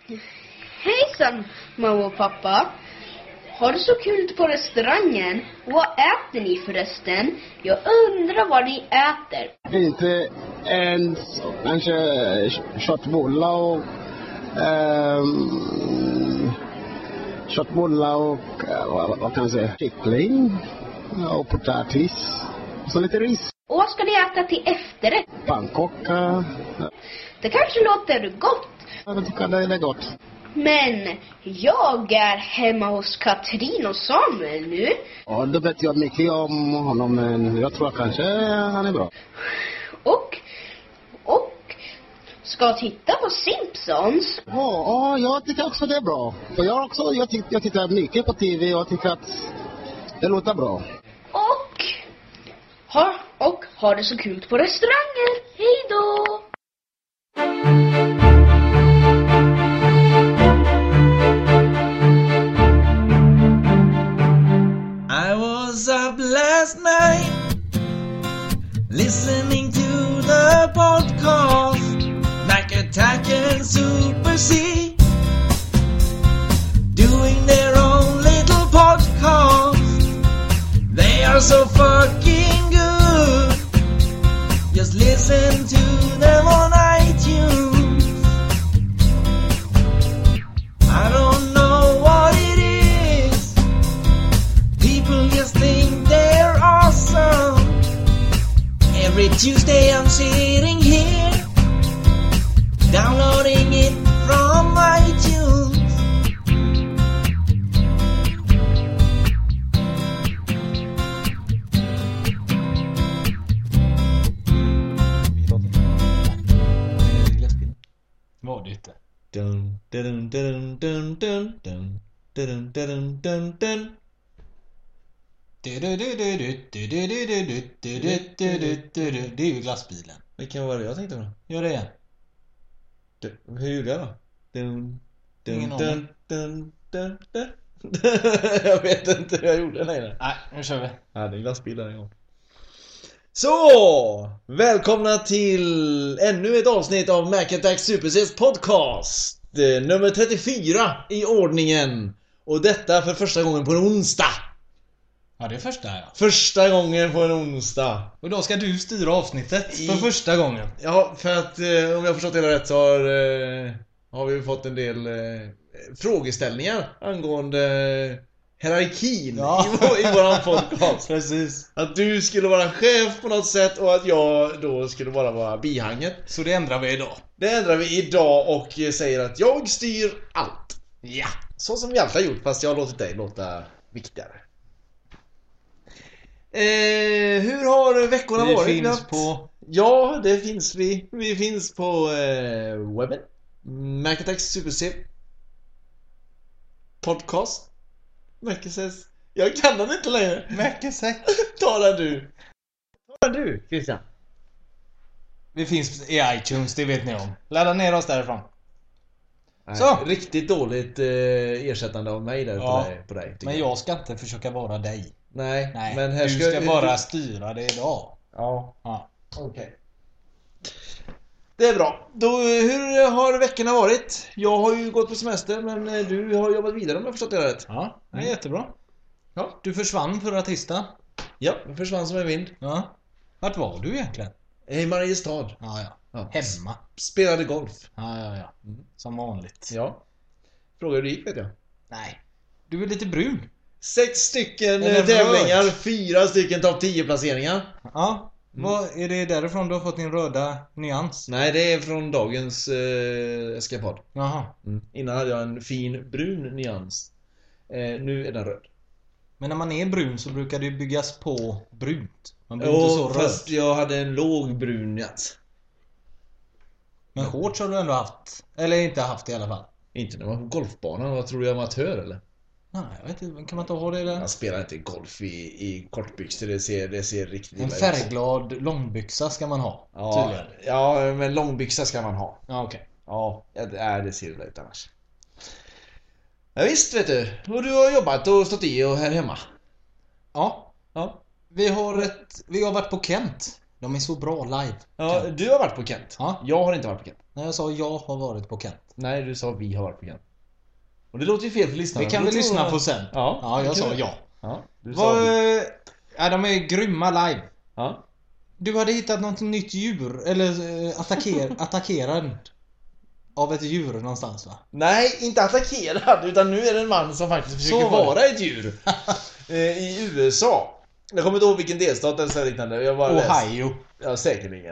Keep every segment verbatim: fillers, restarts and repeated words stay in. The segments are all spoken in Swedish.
Hejsan, mamma och pappa. Har du så kul på restaurangen? Vad äter ni förresten? Jag undrar vad ni äter. Inte ens kanske köttbullar och um, köttbullar och vad, vad kan jag säga? Kyckling och potatis och så lite ris. Och vad ska ni äta till efterrätt? Pannkaka. Det kanske låter gott. Jag tycker det är gott. Men jag är hemma hos Katrin och Samuel nu. Ja, då vet jag mycket om honom, men jag tror kanske han är bra. Och, och ska titta på Simpsons. Ja, ja, jag tycker också det är bra. För jag också, jag, tyck, jag tittar mycket på tv och tycker att det låter bra. Och ha, och ha det så kul på restaurangen. Hej då! I was up last night listening to the podcast Mac Attack and Super C, doing their own little podcast. They are so fucking good. Just listen to them on iTunes. I don't know what it is. People just think they're awesome. Every Tuesday I'm sitting here downloading it from iTunes. Var det inte? Dun, dun, dun, dun, dun, dun, dun, dun, dun, dun. Det är ju glassbilen. Vilken var det jag tänkte på? Gör det igen. Du, hur gjorde jag då? Dun, dun, Ingen dun, aning. dun, dun, dun. Jag vet inte hur jag gjorde längre. Nej, nu kör vi. Ja, det är glassbilar en gång. Så, välkomna till ännu ett avsnitt av Mac Attack Super C's podcast. Nummer trettiofyra i ordningen. Och detta för första gången på en onsdag. Ja, det är första här. Första gången på en onsdag. Och då ska du styra avsnittet I- för första gången. Ja, för att eh, om jag har förstått det rätt så har, eh, har vi fått en del eh, frågeställningar angående eh, hierarkin Ja. i, vår, i våran podcast. Precis. Att du skulle vara chef på något sätt och att jag då skulle bara vara bihanget. Så det ändrar vi idag. Det ändrar vi idag och eh, säger att jag styr allt. Ja. Så som vi alltid har gjort, fast jag har låtit dig låta viktigare. Eh, hur har veckorna Vi varit? finns Natt? på... Ja, det finns vi. Vi finns på eh, webben. Mac Attack Super C podcast. Märkeses. Jag kan den inte längre. Märkesäck. Ta den du. Ta den du, Christian. Vi finns i iTunes, det vet ni om. Ladda ner oss därifrån. Nej, Så. riktigt dåligt eh, ersättande av mig där Ja, på dig, på dig tycker Men jag ska inte försöka vara dig. Nej, Nej, men här du ska bara styra det idag. Ja, Ja. okej. Okay. Det är bra. Då, hur har veckorna varit? Jag har ju gått på semester, men eh, du har jobbat vidare om jag har förstått det rätt. Ja, det är jättebra. Ja, Du försvann förra tisdag. ja, det försvann som en vind. Ja. Vart var du egentligen? I Mariestad. Ja, ja. Ja. Hemma. Spelade golf. Ja, ja, ja. Som vanligt. Ja. Fråga hur det gick, vet jag. Nej. Du är lite brun. Sex stycken Är det eh, tävlingar, rött? fyra stycken topp tio placeringar. Ja. Vad, är det därifrån du har fått din röda nyans? Nej, det är från dagens eh, eskapad. Jaha. Mm. Innan hade jag en fin brun nyans. Eh, nu är den röd. Men när man är brun så brukar det ju byggas på brunt. Man blir Jo, inte så fast röd. jag hade en låg brun nyans. Men shorts har du ändå haft. Eller inte haft i alla fall. Inte när man var på golfbanan. Vad tror du, jag är amatör eller? Nej, jag vet inte. Kan man inte ha det där? Man spelar inte golf i, i kortbyxor. Det ser, det ser riktigt En illa ut. färgglad långbyxa ska man ha. Ja, Tydligen. ja, men långbyxa ska man ha. Ja, okej. Ja, ja, det ser illa ut annars. Ja, visst vet du. Och du har jobbat och stått i och här hemma. Ja. Ja. Vi har ett... Vi har varit på Kent. De är så bra live. Ja, Kent. du har varit på Kent. Ja. Jag har inte varit på Kent. När jag sa jag har varit på Kent. Nej, du sa vi har varit på Kent. Och det låter ju fel för lyssnarna. Det kan Då vi tror lyssna jag- på sen. Ja, Ja, jag det kan sa vi. ja. Ja, du sa Vad, vi. ja, de är grymma live. Ja. Du hade hittat något nytt djur. Eller eh, attacker, attackerad av ett djur någonstans, va? Nej, inte attackerad, utan nu är det en man som faktiskt försöker Så var det. vara ett djur. eh, I U S A. Jag kommer inte ihåg vilken delstat eller så liknande. Jag bara läst. Ohio. Ja, säkerligen.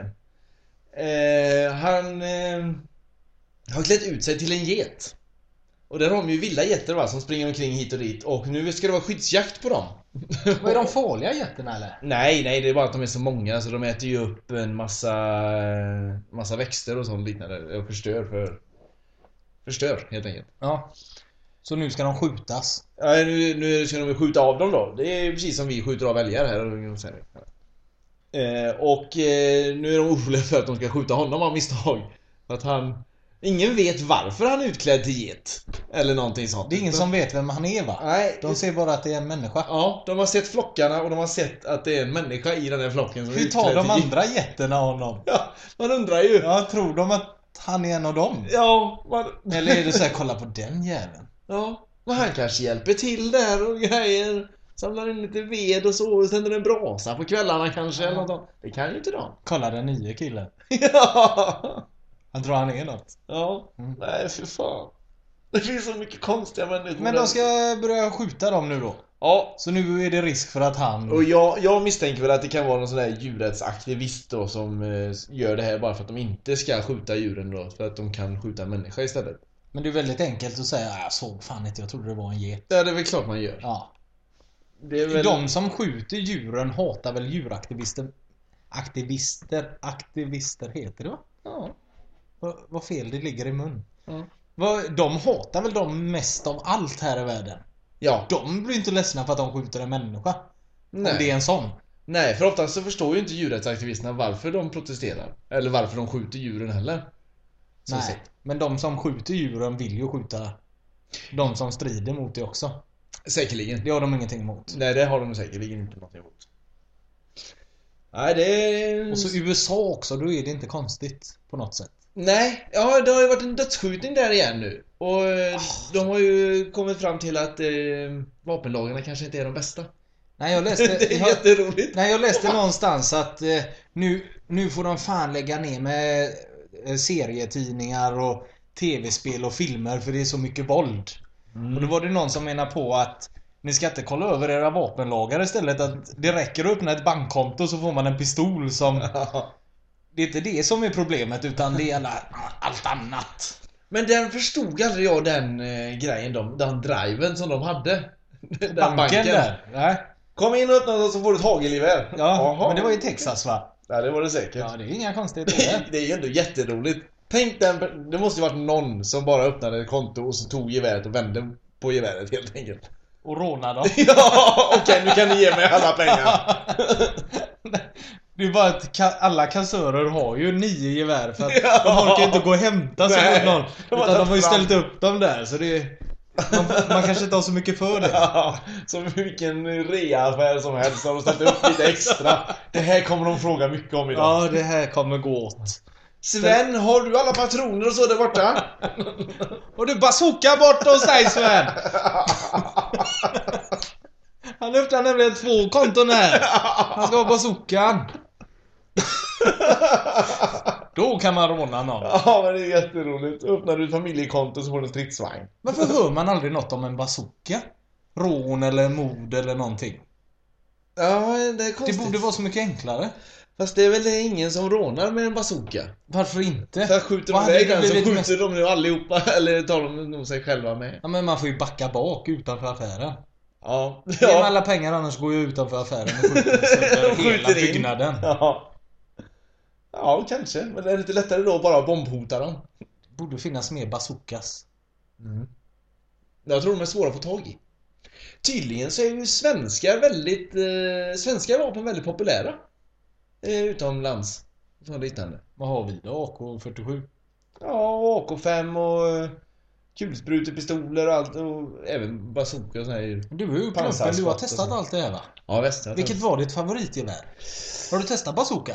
Eh, han eh, har klätt ut sig till en get. Och där har de ju vilda getter, va, som springer omkring hit och dit. Och nu ska det vara skyddsjakt på dem. Vad är de farliga getterna, eller? Nej, nej, det är bara att de är så många så de äter ju upp en massa massa växter och sånt liknande och förstör för förstör helt enkelt. Ja. Så nu ska de skjutas. Ja, nu, nu ska de skjuta av dem då. Det är precis som vi skjuter av älgar här. Eh, och eh, nu är de oroliga för att de ska skjuta honom av misstag. För att han... Ingen vet varför han är utklädd till get. Eller någonting sånt. Det är ingen som vet vem han är, va? Nej. De ser bara att det är en människa. Ja, de har sett flockarna och de har sett att det är en människa i den här flocken som är Hur tar utklädd de till get. andra getterna honom? Ja, man undrar ju. Ja, tror de att han är en av dem? Ja, man... Eller är det så här, kolla på den jäveln? Ja, men han kanske hjälper till där och grejer. Samlar in lite ved och så och tänder en brasa på kvällarna kanske eller något sånt. Det kan ju inte de. Kolla den nya killen. Ja. Han tror han är något. Ja. Mm. Nej, för fan. Det finns så mycket konstiga människor. Men de ska börja skjuta dem nu då. Ja. Så nu är det risk för att han... Och jag, jag misstänker väl att det kan vara någon sån där djurrättsaktivist då som eh, gör det här bara för att de inte ska skjuta djuren då. För att de kan skjuta en människa istället. Men det är väldigt enkelt att säga, jag såg fan inte, jag trodde det var en get. Ja, det är väl klart man gör. Ja. Det är väl... De som skjuter djuren hatar väl djuraktivister. Aktivister, aktivister heter det, va? Ja. Vad, vad fel det ligger i mun. Ja. Vad, de hatar väl de mest av allt här i världen. Ja. De blir inte ledsna för att de skjuter en människa. Nej. Om det är en sån. Nej, för ofta så förstår ju inte djurrättsaktivisterna varför de protesterar. Eller varför de skjuter djuren heller. Så Nej, sett. men de som skjuter djuren vill ju skjuta de som strider mot det också. Säkerligen. Det har de ingenting emot. Nej, det har de säkerligen inte något emot. Nej, det är... Och så U S A också, då är det inte konstigt på något sätt. Nej, ja, det har ju varit en dödsskjutning där igen nu. Och oh. de har ju kommit fram till att eh, vapenlagarna kanske inte är de bästa. Nej, jag läste, Det är jag, jätteroligt. nej, jag läste någonstans att eh, nu, nu får de fan lägga ner med eh, serietidningar och tv-spel och filmer för det är så mycket våld. Mm. Och då var det någon som menar på att ni ska inte kolla över era vapenlagar istället, att det räcker att öppna ett bankkonto så får man en pistol som... Det är inte det som är problemet, utan det är alla, allt annat. Men den förstod aldrig jag den eh, grejen, de, den driven som de hade. Den banken, banken där. Nej. Kom in och öppna så får du ett hagelgevär. Ja, Aha. Men det var i Texas, va? Ja, det var det säkert. Ja, det är inga konstigheter. Det är ju ändå jätteroligt. Tänk den, det måste ju varit någon som bara öppnade ett konto och så tog geväret och vände på geväret helt enkelt. Och råna dem. Ja, okej, okay, nu kan ni ge mig alla pengar. Det är bara att alla kassörer har ju nio gevär för att ja. De orkar inte gå och hämta sig någon. De utan de har ju ställt upp dem där, så det är, man, man kanske inte har så mycket för det. Ja, som vilken reaaffär som helst har de ställt upp lite extra. Det här kommer de fråga mycket om idag. Ja, det här kommer gå åt. Sven, har du alla patroner och så där borta? Och du bazooka bort hos dig, Sven. Han öppnar nämligen två konton här. Han ska ha bazookan. Då kan man råna någon. Ja, men det är jätteroligt. Öppnar du ett familjekonto så får du en stridsvagn. Varför hör man aldrig något om en bazooka? Rån eller mord eller någonting? Ja, det är konstigt. Det borde vara så mycket enklare. Fast det är väl ingen som rånar med en bazooka. Varför inte? För skjuter de iväg den så skjuter mest... de nu allihopa. Eller tar de nog sig själva med. Ja, men man får ju backa bak utanför affären. Ja. Ge mig alla pengar, annars går jag utanför affären och skjuter, och hela byggnaden. Ja. Ja, kanske. Men det är lite lättare då att bara bombhota dem. Det borde finnas mer bazookas. Mm. Jag tror de är svåra att få tag i. Tydligen så är ju svenskar väldigt eh, svenska vapen väldigt populära eh, utomlands. Så liknande. Vad har vi då? A K fyrtiosju? Ja, A K fem och eh, kulsprutepistoler och allt, och även bazooka och sån här. Du är ju plumpen, du har testat allt det här, va? Ja, väst. Vilket var ditt favoritgevär? Har du testat bazooka?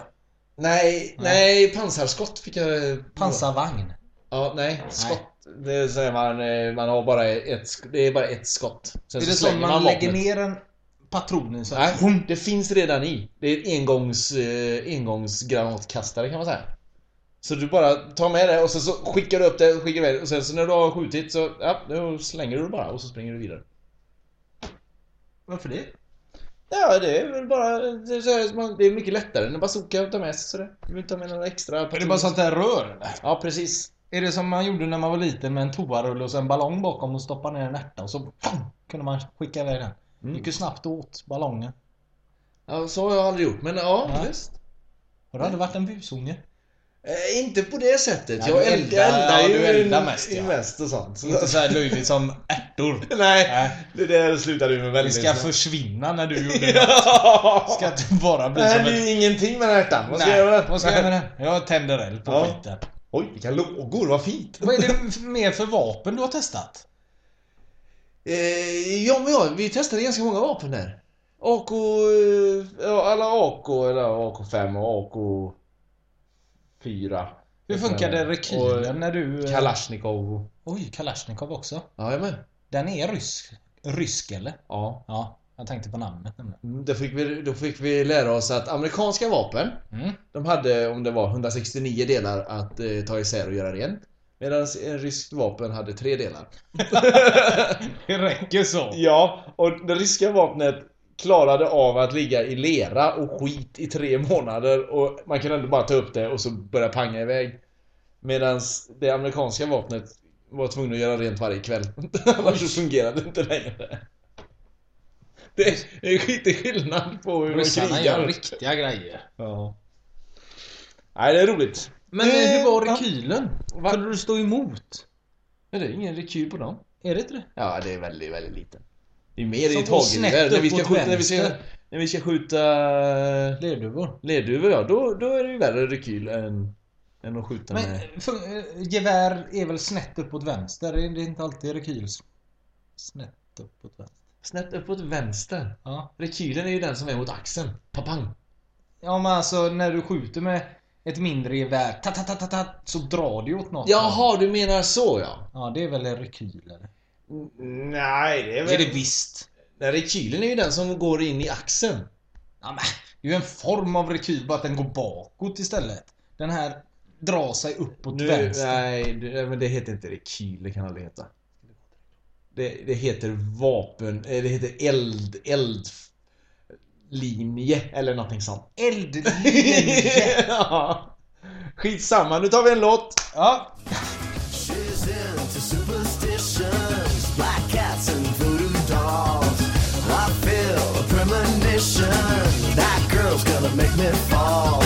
Nej, nej, pansarskott fick jag... Pansarvagn. Ja, nej, skott. Det säger man, man har bara ett, det är bara ett skott. Sen Är så det slänger som man, man lägger vapnet. ner en patron så Nej, att... det finns redan i. Det är en engångs, eh, engångsgranatkastare kan man säga. Så du bara tar med det och sen så skickar du upp det och skickar iväg det. Och sen så när du har skjutit så, ja, då slänger du det bara och så springer du vidare. Varför det? Ja, det är väl bara, det är, så här, man- det är mycket lättare än bazooka att ta med sig sådär. Du vill ta med några extra Är det bara sånt där rör eller? Ja, precis. Är det som man gjorde när man var liten med en toarulle och så en ballong bakom och stoppa ner en ärta och så pam, kunde man skicka iväg den. Mm. Gick ju snabbt åt ballongen. Ja, så har jag aldrig gjort, men ja, Ja. visst. Har du aldrig varit en busunge? Eh, inte på det sättet. Ja, jag du eldar, eldar- eldar ja, ju du eldar i- mest, i ja. mest och sånt. Inte så här löjligt som ärtor. Nej, Nej. det där slutade ju med Det väldigt ska snabbt. försvinna när du gjorde något. Ja. Ska inte bara bli Nej, som det ett... är ju ingenting med ärtan. Vad ska Nej, jag göra? vad ska jag göra med den? Jag tänder eld på Ja. skiten. Oj, vilka lågor, vad fint. Vad är det mer för vapen du har testat? Eh, ja, men ja, vi testade ganska många vapen där. A K, eh, ja, alla A K, eller A K fem och A K fyra. Hur funkade rekylen Och när du... Kalashnikov. Oj, Kalashnikov också. Ja, men. Den är rysk. Rysk eller? Ja. Ja, jag tänkte på namnet nämligen. Mm, Då fick, vi, då fick vi lära oss att amerikanska vapen, Mm. de hade, om det var hundrasextionio delar att eh, ta isär och göra rent. Medan en ryskt vapen hade tre delar. Det räcker så. Ja, och det ryska vapnet klarade av att ligga i lera och skit i tre månader. Och man kunde ändå bara ta upp det och så börja panga iväg. Medan det amerikanska vapnet var tvungen att göra rent varje kväll. Annars så fungerade det inte längre. Det är, det är skit i skillnad på hur man Ryssarna gör krigar. riktiga grejer. Ja. Nej, det är roligt. Men Eh, hur var ja. rekylen? Va? Kunde du stå emot? Men det är ingen rekyl på dem. Är det inte det? Ja, det är väldigt, väldigt liten. Det är mer i Som ett går snett hagelgevär. När vi upp ska åt skjuta, när vi ska, vänster. när vi ska skjuta Lerduvor. lerduvor, ja, då, då är det ju värre rekyl än, än att skjuta Men med... för, eh, gevär är väl snett upp åt vänster? Är det inte alltid rekyl? Snett upp åt vänster. Snett uppåt vänster. Ja. Rekylen är ju den som är mot axeln. Papang. Ja, men alltså när du skjuter med ett mindre gevär ta, ta, ta, ta, ta, så drar du åt något. Jaha, du menar så, ja. Ja, det är väl en rekyl eller? Nej, det är Det är det visst. Nej, rekylen är ju den som går in i axeln. Ja, men det är ju en form av rekyl, bara att den går bakåt istället. Den här drar sig uppåt Nu, vänster. nej, det, men det heter inte rekyl, det kan aldrig heta. Det, det heter vapen, eh, det heter eld, eldlinje eller någonting sånt. Eldlinje. Ja. Skitsamma, nu tar vi en låt. Ja. She's into superstitions, black cats and voodoo dolls. I feel a premonition, that girl's gonna make me fall.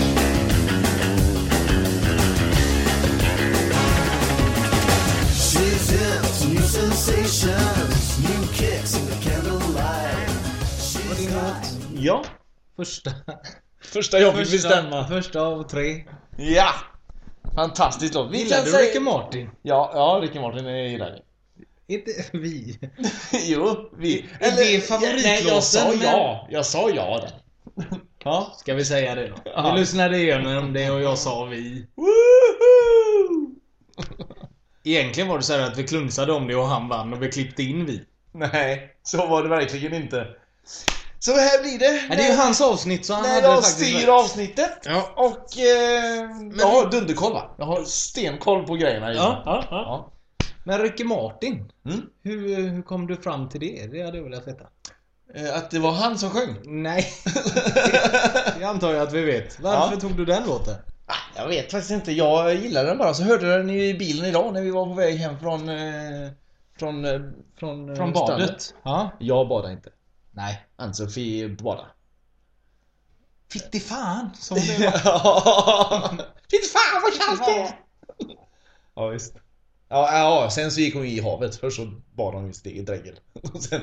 She's into new sensations, new kicks in the candlelight. She's got Ja, Första. första jag fick Första, bestämma. första av tre. Ja, fantastiskt låt. Vi Gillar kan du säga... Ricky Martin? Ja, ja, Ricky Martin är gillar det. Inte vi. Jo, vi... Är det favoritlåten, Nej, jag sa men- ja. Jag sa ja där. Ja. Ska vi säga det då? Ja. Vi lyssnade igenom det och jag sa vi. Woohoo! Egentligen var det så här att vi klunsade om det och han vann och vi klippte in vi. Nej, så var det verkligen inte. Så här blir det. Nej, det är ju hans avsnitt så han när hade jag faktiskt styr rätt. avsnittet. Ja. Och eh, jag har dunderkoll, va? Jag har stenkoll på grejerna. Ja, ja, ja. Ja. Men Ricky Martin, Mm. hur, hur kom du fram till det? Det hade jag velat veta. Eh, Att det var han som sjöng. Nej, det antar jag att vi vet. Varför Ja. tog du den låten? Ah, Jag vet faktiskt inte. Jag gillade den bara. Så hörde jag den i bilen idag när vi var på väg hem från... Eh, från... Eh, från, eh, Från stranden. badet? Ja. Jag badade inte. Nej. Ann-Sofie badade. Fitti fan, som det var. Fy fan vad kallt det är! Ja visst. Ja, ja, sen så gick hon i havet. Först så bad hon i sitt eget drägel. Och sen...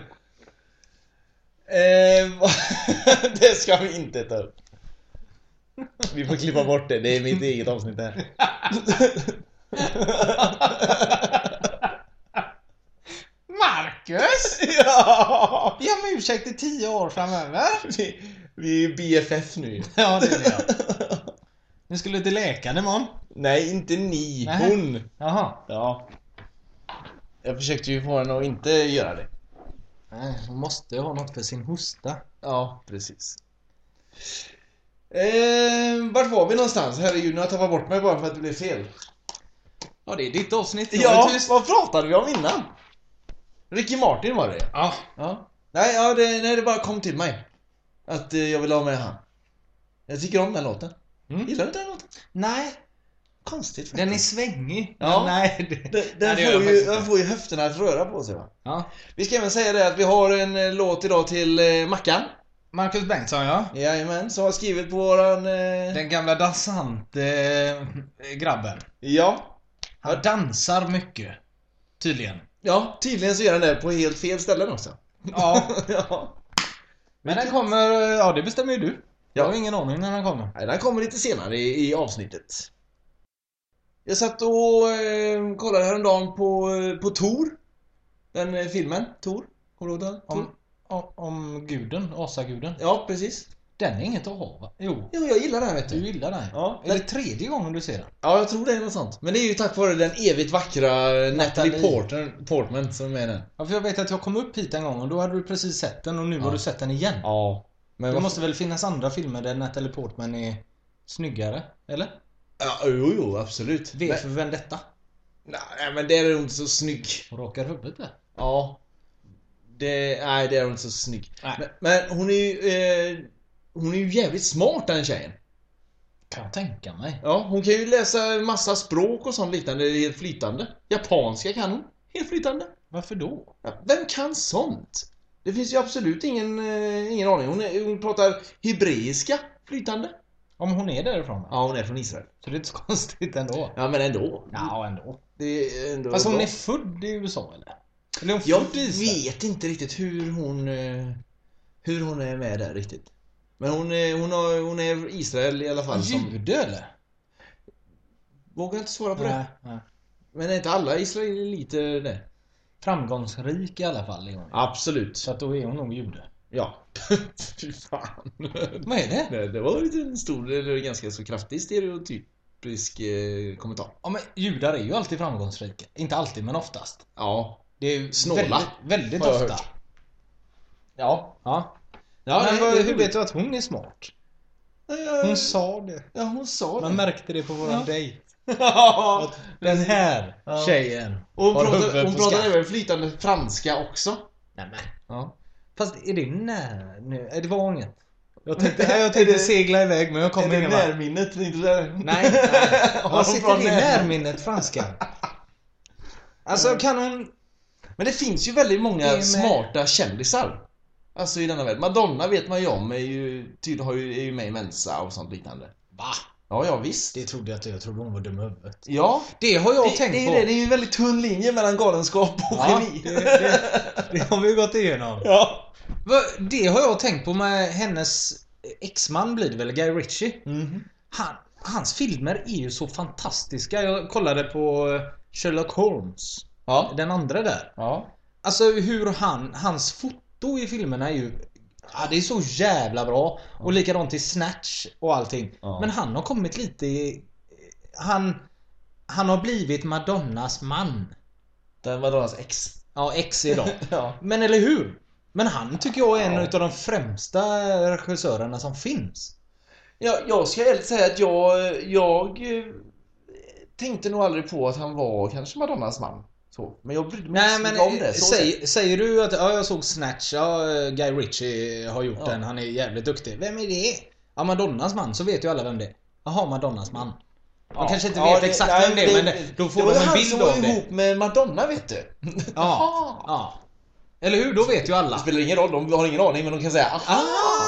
Eh, det ska vi inte ta upp. Vi får klippa bort det. Det är mitt eget avsnitt här. Marcus! Ja! Be om ursäkt i tio år framöver. Vi, vi är B F F nu. Ja, det är det. Ni skulle till läkaren imorgon. Nej, inte ni. Nej. Hon. Jaha. Ja. Jag försökte ju få henne att inte göra det. Nej, hon måste ha något för sin hosta. Ja, precis. Eh, vart var vi någonstans? Herregud, nu har jag tappat bort mig bara för att det blev fel. Ja, det är ditt avsnitt. Jag Ja, är tyst. vad pratade vi om innan? Ricky Martin var det. Ja. Ja. Nej, ja, det, nej, det bara kom till mig. Att eh, jag vill ha med han. Jag tycker om den låten. Mm. Gillar du inte den låten? Nej, Konstigt faktiskt. den är svängig. Ja. Men nej, det, Den, nej, den, det gör får jag ju, faktiskt den inte. får ju höfterna att röra på sig, va? Ja. Vi ska även säga det att vi har en eh, låt idag till eh, Mackan. Marcus Bengtsson, ja. Jajamän, som har skrivit på våran... Eh... Den gamla dansant eh, grabben. Ja. Han dansar mycket. Tydligen. Ja, tydligen så gör den det på helt fel ställen också. Ja. Ja. Men den kommer, ja det bestämmer ju du. Jag Ja. har ingen aning när den kommer. Nej, den kommer lite senare i, i avsnittet. Jag satt och eh, kollade häromdagen på, på Thor. Den eh, filmen, Thor. Kommer du ihåg den? Thor? Om, om, om guden, asaguden. Ja, precis. Den är inget att ha, va? Jo. Jo, jag gillar den, vet Du du. gillar den. Ja, Är det tredje gången du ser den? Ja, jag tror det är något sånt. Men det är ju tack vare den evigt vackra Natalie, Natalie. Porter, Portman som är den. Ja, för jag vet att jag kom upp hit en gång och då hade du precis sett den och nu Ja. har du sett den igen. Ja. Men Det vad- måste väl finnas andra filmer där Natalie Portman är snyggare? Eller? Ja, jo, jo, absolut. V Men, för Vendetta. nej, men det är hon inte så snygg. Och rakar huvudet där. Ja. Det, nej, det är hon inte så snygg. Nej. Men, men hon är ju eh, hon är ju jävligt smart, den tjejen. Kan jag tänka mig. Ja, hon kan ju läsa massa språk och sånt liknande, det är helt flytande. Japanska kan hon, helt flytande. Varför då? Ja, vem kan sånt? Det finns ju absolut ingen, eh, ingen aning. Hon, är, hon pratar hebreiska flytande. Om hon är därifrån va? Ja, hon är från Israel. Så det är inte så konstigt ändå. Ja, men ändå. Ja, ändå. Det är ändå Fast hon bra. är född i U S A eller? Eller är hon Jag född i Israel? vet inte riktigt hur hon eh, hur hon är med där riktigt. Men hon är, hon har, hon är Israel i alla fall. Som, Jude eller? vågar inte svara på det. Nej, nej. Men är inte alla israeliter det? Framgångsrik i alla fall är hon. Absolut. Så att då är hon nog jude. Ja. Fy fan. Vad är det? Det, det var lite en stor, eller ganska så kraftig stereotypisk eh, kommentar. Ja men judar är ju alltid framgångsrika. Inte alltid men oftast. Ja. Det är ju Snåla, väldigt, väldigt har jag ofta. hört. Ja. Ja. Ja, men nej, vad, det- hur vet du att hon är smart? Hon sa det. Ja, hon sa det. Man märkte det på våran Ja. dejt. Ja. Den här Ja. tjejen Och hon har pratar, huvudet hon på pratar skaft. även flytande franska också. Nej men. Ja. Fast är det när nu? Är det var inget? Jag tänkte, nej, jag tänkte Är det- segla iväg men jag kommer ingen vart. närminnet? Inte där. Nej, nej. Har Vad hon sitter från i när- närminnet franska? Alltså kan hon... Men det finns ju väldigt många Det är med- smarta kändisar. Alltså i denna värld. Madonna vet man ju om, är ju, tydligen har ju, är ju med i Mensa och sånt liknande. Va? Ja, ja visst. Det trodde jag att jag trodde hon var dum i huvudet. Ja. Det har jag Det, tänkt det, är på. ju det, det är ju en väldigt tunn linje mellan galenskap och Ja, geni. det, det, det har vi gått igenom. Ja. Va, Det har jag tänkt på med hennes exman blir det väl, Guy Ritchie. Mhm. Han, hans filmer är ju så fantastiska. Jag kollade på Sherlock Holmes. Ja. Den andra där. Ja. Alltså hur han, hans foto i filmerna är ju... Ja, det är så jävla bra. Och likadant i Snatch och allting. Ja. Men han har kommit lite i... Han, han har blivit Madonnas man. Den Madonnas ex. Ja, ex idag. Ja. Men eller hur? Men han tycker jag är en Ja. av de främsta regissörerna som finns. Ja, jag ska helt säga att jag, jag eh, tänkte nog aldrig på att han var kanske Madonnas man. Så. Men jag brydde mig Nej inte så men mycket om det. Så sett. säg, säger du att ja, jag såg Snatch, ja, Guy Ritchie har gjort Ja. den, han är jävligt duktig. Vem är det? Ja, Madonnas man, så vet ju alla vem det är. Jaha, Madonnas man. De Ja. kanske inte Ja, vet det- exakt nej, vem det är, men då får det var de en han bild som av var det. ihop med Madonna, vet du. Ja, ja. Eller hur? Då vet ju Det alla. spelar ingen roll, de har ingen aning, men de kan säga aha.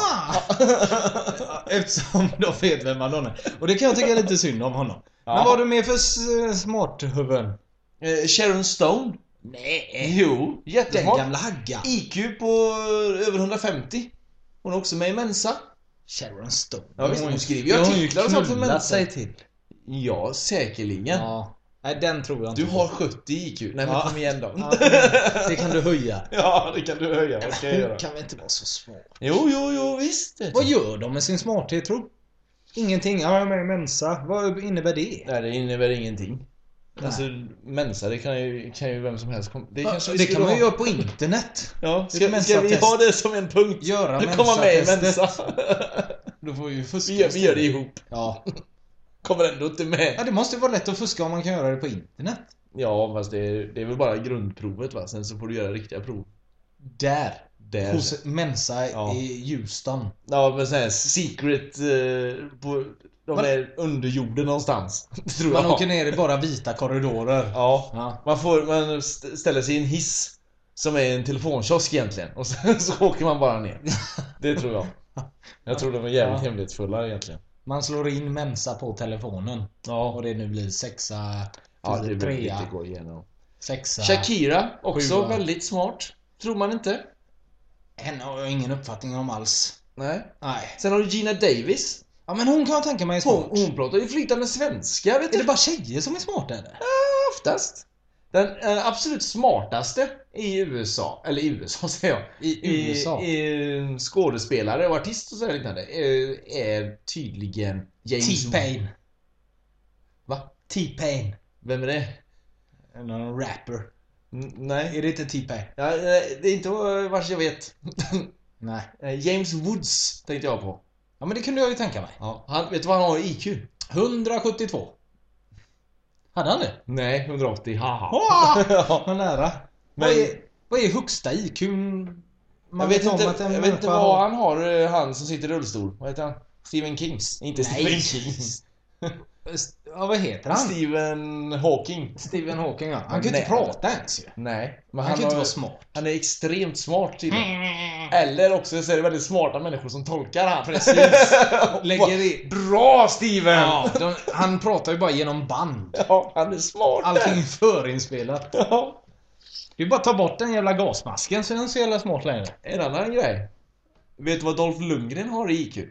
Ah! Eftersom de vet vem Madonna är. Och det kan jag tycka är lite synd om honom. Ja. Men vad har du med för s- smarthuvuden? Eh, Sharon Stone. Nej. Jo, Den jättesmart. gamla hagga. I Q på över hundrafemtio. Hon är också med i Mensa. Sharon Stone. Ja, visst, hon skriver ju Det har hon artiklar och sånt för knullat Mensa. sig till. Ja, säkerligen. Ja. Nej, den tror jag inte. Du har sjuttio i Q. Nej, men Ja. kom igen då. Ja, det kan du höja. Ja, det kan du höja. Vad ska jag Hon göra? kan väl inte vara så smart? Jo, jo, jo, visst. vet Vad du. gör de med sin smarthet, tror? Ingenting. Ja, men Mensa. Vad innebär det? Nej, det innebär ingenting. Nej. Alltså, Mensa, det kan ju, kan ju vem som helst kom... Det, Ja, kanske vi det skulle kan man ju ha. göra på internet. Ja, Ett ska, ska vi Mensa-test. ha det som en punkt? Göra Nu kommer med i Mensa-testet. Mensa. Då får vi ju fuska. Vi gör, vi gör det ihop. Ja. Kommer ändå inte med. Ja, det måste ju vara lätt att fuska om man kan göra det på internet. Ja, fast det är, det är väl bara grundprovet, va? Sen så får du göra riktiga prov. Där. Där. Hos Mensa Ja. i Houston. Ja, men sån här secret eh, på, de Man- är under jorden någonstans. Tror Man jag. åker ner i bara vita korridorer. Ja. Ja. Man, får, man st- ställer sig i en hiss som är en telefonkiosk egentligen. Och sen så åker man bara ner. Det tror jag. Jag tror de är jävligt Ja. hemlighetsfulla egentligen. Man slår in Mensa på telefonen. Ja, Och det nu blir sexa, ja det är trea, lite gå igenom. sexa. Shakira, också sjua. väldigt smart. Tror man inte? Henne har jag ingen uppfattning om alls. Nej. Nej. Sen har du Gina Davis. Ja, men hon kan jag tänka mig är Hon, smart. hon pratar ju flytande svenska, vet Är du. det bara tjejer som är smarta eller? Oftast. Den eh, absolut smartaste i U S A, eller i U S A säger jag, I U S A? i, i skådespelare och artist och så här liknande, är, är tydligen James... T-Pain. Va? T-Pain. Vem är det? Någon rapper. N- nej. Är det inte T-Pain? Ja, eh, det är inte eh, vars jag vet. Nej. Eh, James Woods tänkte jag på. Ja, men det kunde jag ju tänka mig. Ja, han, vet du vad han har i I Q? hundrasjuttiotvå. Hade han det? Nej, hundraåttio, haha. Åh! Ja. Vad nära. Men- Vad, är, vad är högsta I Q? Man Jag vet om inte, att en jag vet inte människa vad har- han har, eh, han som sitter i rullstol. Vad heter han? Stephen Kings? Inte Nej. Stephen Kings. Ja, vad heter han? Stephen Hawking. Stephen Hawking, ja. Han kan ju Nej. inte prata ens ju. Nej, men Han kan har, inte vara smart. han är extremt smart tydligen. Eller också så är det väldigt smarta människor som tolkar han. Precis. Lägger i... Bra Steven! Ja, de, han pratar ju bara genom band. Ja, han är smart. Allting är förinspelat. Ja. Det är bara att ta bort den jävla gasmasken så är han så jävla smart längre. En annan grej. Vet du vad Dolph Lundgren har i I Q?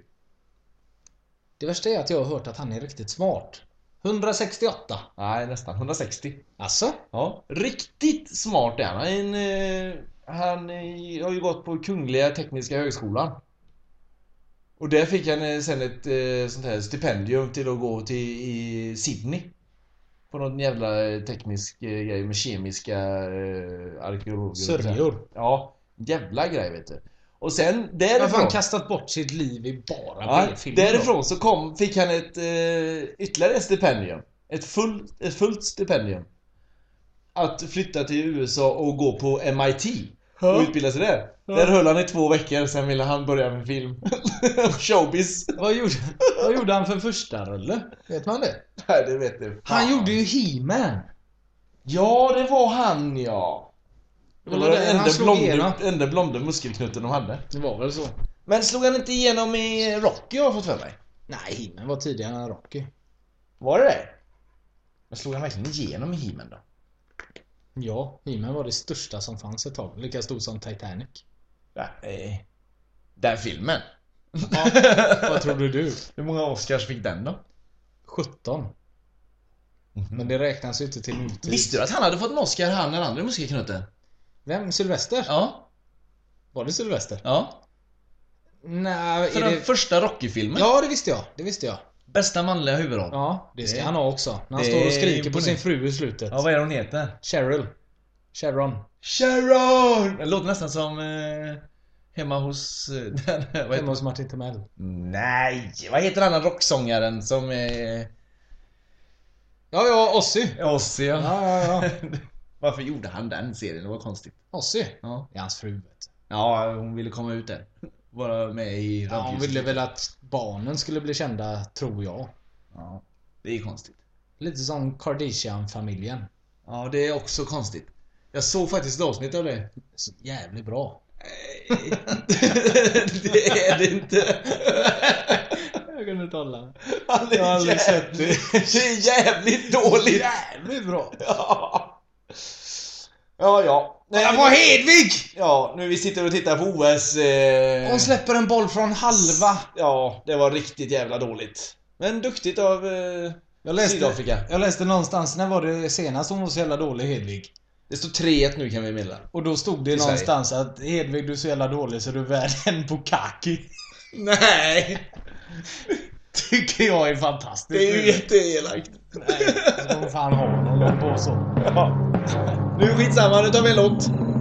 Det värsta är att jag har hört att han är riktigt smart. hundrasextioåtta. Nej, nästan. hundrasextio. Alltså? Ja, riktigt smart är han. Han, är en, eh, han eh, har ju gått på Kungliga Tekniska Högskolan. Och där fick han eh, sen ett eh, sånt här stipendium till att gå till i Sydney. På någon jävla eh, teknisk eh, grej med kemiska eh, arkeologer. Sörjor. Ja, jävla grej vet du. Och sen Varför därifrån... har han kastat bort sitt liv i bara Ja, B-filmer då? därifrån så kom, fick han ett eh, ytterligare ett stipendium. Ett, full, ett fullt stipendium. Att flytta till U S A och gå på M I T. Och utbilda sig där. Där höll han i två veckor, sen ville han börja med film. Showbiz. Vad gjorde, vad gjorde han för första rulle? Vet man det? Nej, det vet du. Han gjorde ju He-Man. Ja, det var han, ja. Det Det var var den där han enda slog blonde, igenom. enda blonde muskelknutten de hade. Det var väl så. Men slog han inte igenom i Rocky, har jag fått för mig? Nej, He-Man var tidigare än Rocky. Var det det? Men slog han verkligen igenom i He-Man då? Ja, He-Man var det största som fanns ett tag. Lika stor som Titanic. Nej. Den filmen. Ja, vad trodde du? Hur många Oscars fick den då? sjutton. Men det räknas ju inte till nutid. Visste du att han hade fått en Oscar, han den andra muskelknutten? Vem? Sylvester? Ja. Var det Sylvester? Ja. Nej, För är den det... första Rocky-filmen. Ja, det visste jag. Det visste jag. Bästa manliga huvudroll. Ja, det ska Det- han ha också. När han det står och är skriker på imponerande. sin fru i slutet. Ja, vad är det hon heter? Cheryl. Sharon. Sharon! Det låter nästan som eh, hemma hos... Eh, den, vad Hemma heter... hos Martin Timell. Nej, vad heter den andra rocksångaren som är... Ja, ja, Ozzy. Ozzy, ja. Ja, ja, ja. Varför gjorde han den serien? Det var konstigt. Ozzy. Ja, Det är hans fru, vet du. ja hon ville komma ut där. Vara med i Ja, hon rampljuset. ville väl att barnen skulle bli kända, tror jag. Ja, det är konstigt. Lite som Kardashian-familjen. Ja, det är också konstigt. Jag såg faktiskt ett avsnitt av det. Så jävligt bra. Det är det inte. Jag kunde inte hålla. Han är Jag har aldrig sett det. Det är jävligt dåligt. Jävligt bra. Ja, ja. ja. Nej, Det var Hedvig! Ja, nu vi sitter och tittar på O S. Eh... Hon släpper en boll från halva. Ja, det var riktigt jävla dåligt. Men duktigt av eh... Jag läste, Sydafrika. jag läste någonstans, när var det senast hon var så jävla dålig, Hedvig? Det står tre ett nu kan vi meddela. Och då stod det I någonstans att Hedvig, du är så jävla dålig så du är värd en Bukaki. Nej. tycker jag är fantastiskt. Det är ju jätteelakt. Nej, så kommer fan ha någon låt på så. Ja. Nu skitsamma, nu tar vi en låt.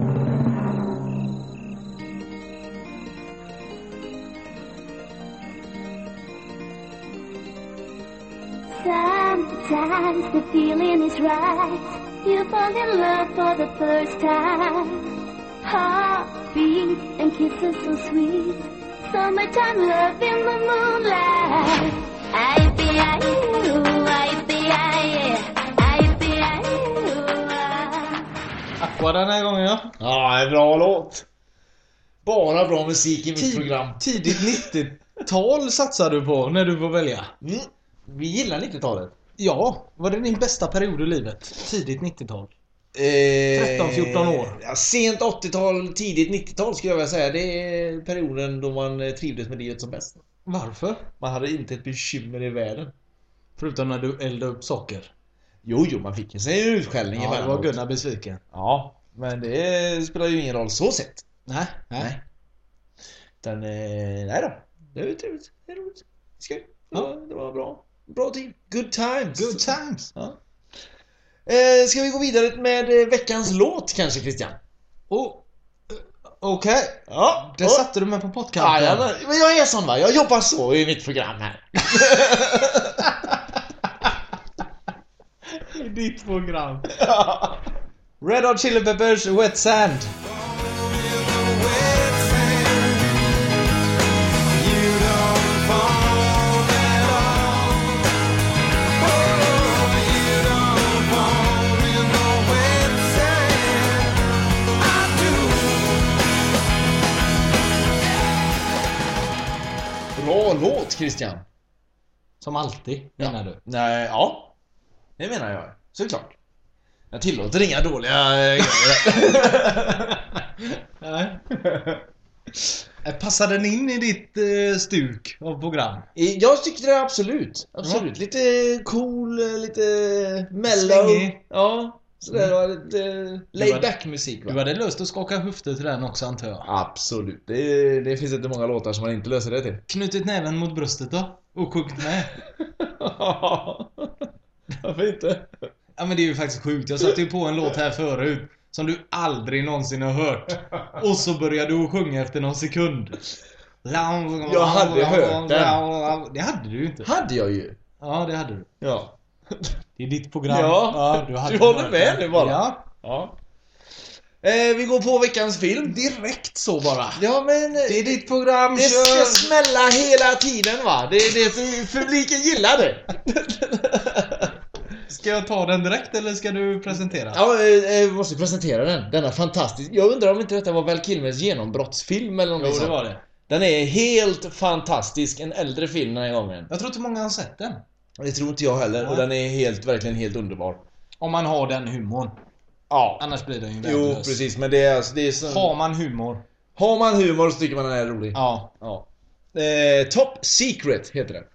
Sometimes the feeling is right. You fall in love for the first time. Heartbeat and kisses so sweet. Summertime love in the moonlight. I be I you, I be I, I be I you. Aqua den här gången, ja. Ja, en bra låt. Bara bra musik i mitt Tid- program. Tidigt nittiotal satsar du på när du får välja. Mm. Vi gillar nittiotalet. Ja, var det din bästa period i livet? Tidigt nittiotal. Eh, tretton fjorton år. Ja, sent åttiotal, tidigt nittiotal skulle jag vilja säga. Det är perioden då man eh, trivdes med livet som bäst. Varför? Man hade inte ett bekymmer i världen. Förutom när du eldade upp socker. Jo, jo, man fick ju sig en utskällning Ja, det var emellanåt. Gunnar besviken. Ja, men det spelar ju ingen roll så sett. Nej, nej. Nej. Den, eh, nej då. Det är trevligt. Det är roligt. Skoj. Det, Ja. var, det var bra. Bra tid. Good times. Good times. Ja. Eh, ska vi gå vidare med eh, veckans låt kanske, Christian? Oh, okej. Ja. Det och- satte du mig på Ja, podcasten. ja, men- men jag är sån va. Jag jobbar så i mitt program här. I ditt program. Red Hot Chili Peppers, Wet Sand. Bra låt, Christian. Som alltid, menar du? Nej, ja. Det menar jag. Såklart. Jag tillåter inga dåliga eh, grejer. Nej. Passar den in i ditt eh, stuk av program? Jag tyckte det absolut. Absolut. Lite cool, lite mellow. Svängig. Ja. Sådär, mm. Lite laid var- back musik va? Du hade lust att skaka höfter till den också, antar jag. Absolut. Det, det finns inte många låtar som man inte löser det till. Knutit näven mot bröstet då? Och sjungit med? Varför inte? Ja, men det är ju faktiskt sjukt. Jag satte ju på en låt här förut som du aldrig någonsin har hört. Och så började du sjunga efter någon sekund. Jag hade hört den. Det hade du ju inte. Hade jag ju. Ja, det hade du. Ja. Det är ditt program. Ja. du, hade Du håller hört med den. nu bara. Ja, Ja. Eh, vi går på veckans film. direkt så bara. Ja men... Det är ditt program, Det kör! ska smälla hela tiden va? Det är det för publiken gillar det. Ska jag ta den direkt eller ska du presentera? Ja, eh, vi måste presentera den. Denna fantastisk. Jag undrar om inte detta var Val Kilmers genombrottsfilm eller något Jo, det sånt. var det. Den är helt fantastisk. En äldre film den här gången. Jag tror inte många har sett den. Det tror inte jag heller. Nej. Och den är helt, verkligen helt underbar. Om man har den humorn. Ja. Annars blir den ju Jo, värdelös. precis. Men det är, alltså, det är så... Har man humor. Har man humor så tycker man den är rolig. Ja. Ja. Eh, Top Secret heter den.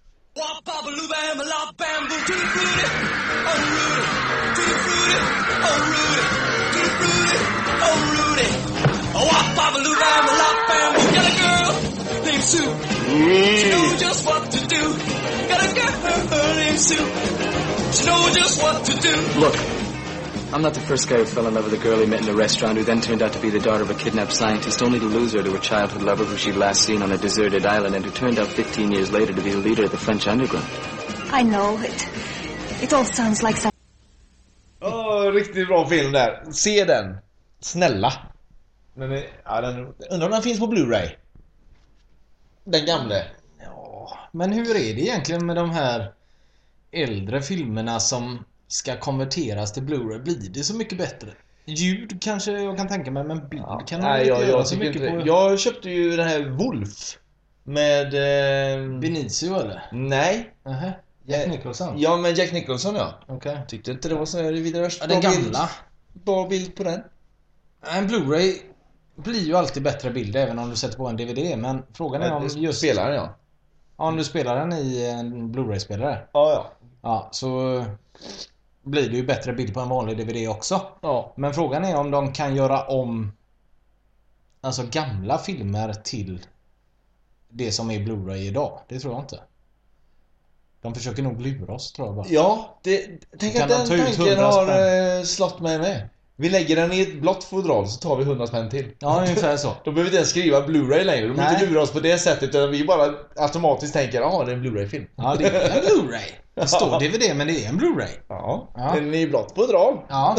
Look, I'm not the first guy who fell in love with a girl he met in a restaurant who then turned out to be the daughter of a kidnapped scientist, only to lose her to a childhood lover who she'd last seen on a deserted island and who turned out fifteen years later to be the leader of the French underground. I know it. It all sounds like some. Åh, riktigt bra film där. Se den. Snälla. Den är, ja, den, undrar om den finns på Blu-ray. Den gamle. Ja, men hur är det egentligen med de här äldre filmerna som ska konverteras till Blu-ray? Blir det så mycket bättre? Ljud kanske jag kan tänka mig, men bild kan man Nej, inte jag, göra jag så tycker mycket inte på. det. Jag köpte ju den här Wolf. Med... Eh, Benicio eller? nej. Nähä. Jack Eh, Nicholson? Ja, men Jack Nicholson ja. Okej. Tyckte inte det var så här vidare. Ja, den bra bild. gamla. Bra bild på den. En Blu-ray blir ju alltid bättre bild även om du sätter på en D V D. Men frågan är om just... Spelaren ja. Om du spelar den i en Blu-ray-spelare. Ja, ja. Ja, så blir det ju bättre bild på en vanlig D V D också. Ja. Men frågan är om de kan göra om alltså gamla filmer till det som är Blu-ray idag. Det tror jag inte. De försöker nog lura oss, tror jag bara. Ja, det, tänk Kan att de den ta ut tanken hundra har spänn? eh, slått mig med. Vi lägger den i ett blått fodral så tar vi hundra spänn till. Ja, ungefär så. Då behöver vi inte ens skriva Blu-ray längre. De behöver Nej. inte lura oss på det sättet utan vi bara automatiskt tänker, ja det är en Blu-ray-film. Ja, det är en Blu-ray. Det står D V D, men det är en Blu-ray. Ja, Ja. den är i blått fodral. Ja.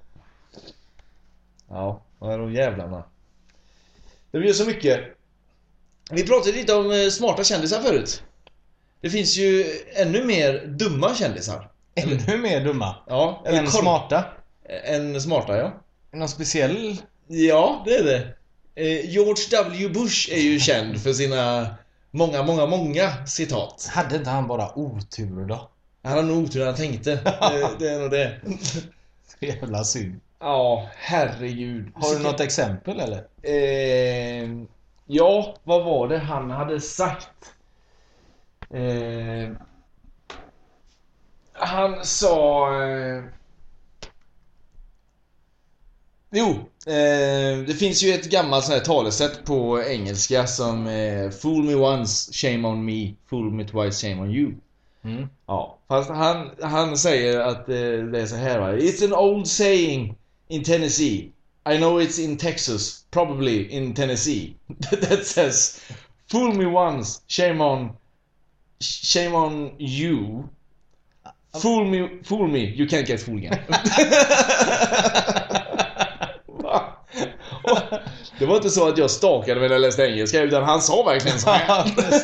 Ja, vad är de jävlarna? De gör så mycket. Vi pratade lite om eh, smarta kändisar förut. Det finns ju ännu mer dumma kändisar. Ännu mer dumma. Ja, Än koll- smarta. Än smarta, ja. Någon speciell... Ja, det är det. Eh, George W. Bush är ju känd för sina många, många, många citat. Hade inte han bara otur då? Han har nog otur när han tänkte. Det, det är nog det. Så jävla synd. Ja, herregud. Har du något exempel eller? Eh, ja, vad var det han hade sagt? Eh, han sa... Eh, jo, eh, det finns ju ett gammalt sånt här talesätt på engelska som eh, fool me once, shame on me, fool me twice, shame on you. Mm. Ja, fast han, han säger att eh, det är så här va. It's an old saying in Tennessee. I know it's in Texas, probably in Tennessee. That says, fool me once, shame on, shame on you. Fool me, fool me, you can't get fooled again. Va? Och det var inte så att jag stakade när jag läste engelska, utan han sa verkligen så här.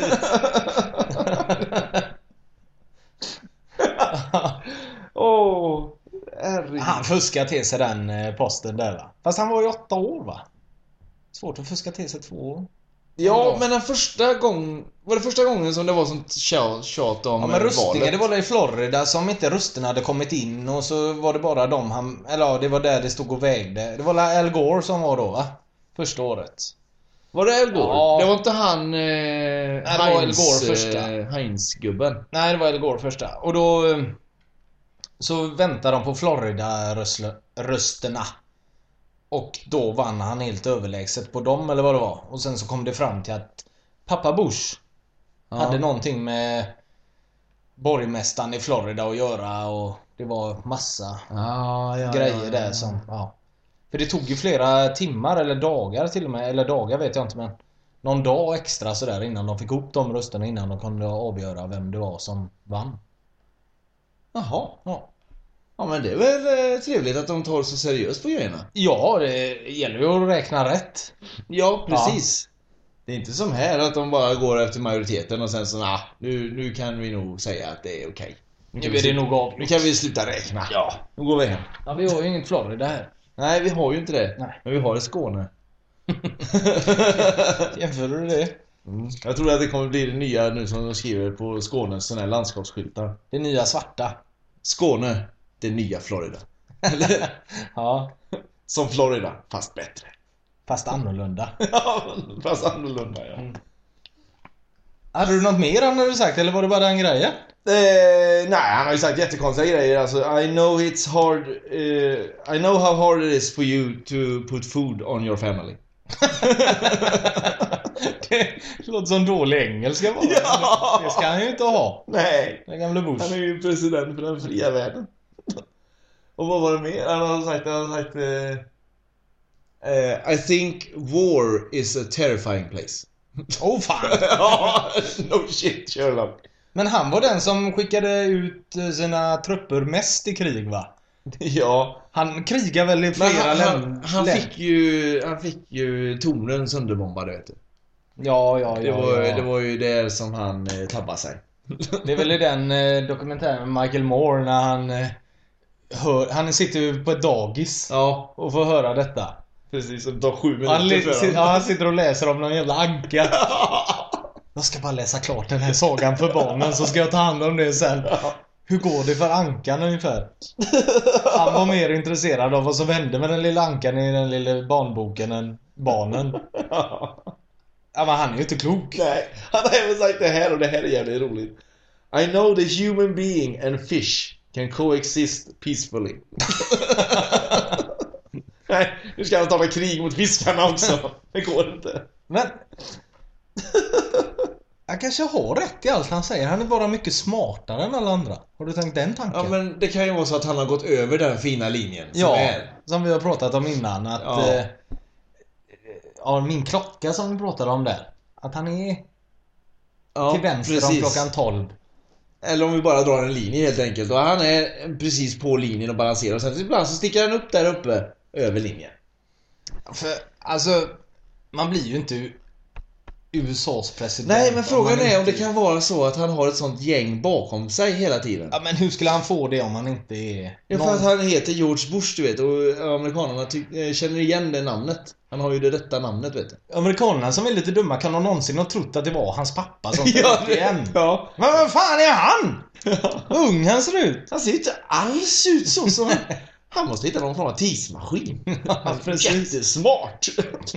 Åh, herregud. Han fuskar till sig den eh, posten där va? Fast han var ju åtta år va? Svårt att fuska till sig två år. Ja, men den första gången... Var det första gången som det var sånt tjat, tjat om Ja men rustningar, valet? det var där i Florida som inte rösterna hade kommit in och så var det bara de han... Eller ja, det var där det stod och vägde. Det var Al Gore som var då va? Första året. Var det Al Gore? Ja. Det var inte han... Eh, det var Al Gore första. Eh, Heinz-gubben. Nej, det var Al Gore första. Och då... eh, Så väntade de på Florida-rösterna. Och då vann han helt överlägset på dem eller vad det var. Och sen så kom det fram till att pappa Bush Ja. hade någonting med borgmästaren i Florida att göra. Och det var massa Ah, ja, grejer ja, ja, där ja. som... Ja. För det tog ju flera timmar eller dagar till och med. Eller dagar vet jag inte men... Någon dag extra sådär innan de fick ihop de rösterna innan de kunde avgöra vem det var som vann. Jaha. Ja. Ja, men det är väl eh, trevligt att de tar så seriöst på grejerna. Ja, det gäller ju att räkna rätt. Ja, precis. Det är inte som här att de bara går efter majoriteten och sen så, nah, nu, nu kan vi nog säga att det är okej. Nu kan Nu vi är det slu- nog avgjort. Nu kan vi sluta räkna. Ja. Nu går vi hem. Ja, vi har ju inget Florida här. Nej, vi har ju inte det. Nej. Men vi har ett Skåne. Jämför du det? Mm. Jag tror att det kommer bli det nya nu som de skriver på Skånes såna här landskapsskyltar. Det nya svarta. Skåne, det nya Florida. Ja, Som Florida, fast bättre. fast annorlunda. Ja, fast annorlunda, ja. Mm. Hade du något mer han hade sagt eller var det bara den grejen? Eh, nej, han har ju sagt jättekonstiga grejer. Alltså, I know it's hard. Uh, I know how hard it is for you to put food on your family. Det låter som dålig engelska bara. Ja. Det ska han ju inte ha. Nej, Den gamla Bush. han är ju president för den fria världen. Och vad var det mer? Han har sagt, han har sagt eh, eh, I think war is a terrifying place. Oh fan. Ja, no shit, Sherlock. Men han var den som skickade ut eh, sina trupper mest i krig va? Ja, Han krigar väl i men flera han, han, länder. han fick ju han fick ju tornen sönderbombade, vet du. Ja, ja, ja. Det var, ja. det var ju där som han eh, tabbade sig. Det är väl i den eh, dokumentären med Michael Moore när han eh, hör, han sitter ju på ett dagis Ja, och får höra detta. precis. Det tar sju Han, minuter li- för si- ja, honom. han sitter och läser om någon jävla anka. Jag ska bara läsa klart den här sagan för barnen så ska jag ta hand om det sen. Hur går det för ankan ungefär? Han var mer intresserad av vad som hände med den lilla ankan i den lilla barnboken än barnen. Ja, men han är ju inte klok. Nej, han har även sagt det här och det här är jävligt roligt. I know the human being and fish can coexist peacefully. Nej, nu ska han starta krig mot fiskarna också. Det går inte. Men Han kanske har rätt i allt han säger. Han är bara mycket smartare än alla andra. Har du tänkt den tanken? Ja, men det kan ju vara så att han har gått över den fina linjen som ja, är. som vi har pratat om innan. Att, Ja. eh, ja, min klocka som vi pratade om där. Att han är Ja, till vänster precis. om klockan tolv. Eller om vi bara drar en linje helt enkelt. Och han är precis på linjen och balanserar. Och sen ibland så sticker han upp där uppe över linjen. För, alltså, man blir ju inte U S A:s president. Nej, men om frågan man är om inte- det kan vara så att han har ett sånt gäng bakom sig hela tiden. Ja, men hur skulle han få det om han inte är... Ja, för någon- att han heter George Bush, du vet. Och amerikanerna ty- eh, känner igen det namnet. Han har ju det rätta namnet, vet du. Amerikanerna som är lite dumma kan ha någonsin ha trott att det var hans pappa som Ja, ja, det- igen. ja. Men vad fan är han? Vad ung han ser ut. Han ser inte alls ut så som... Han måste hitta någon form av tidsmaskin. Ja, precis. Jättesmart.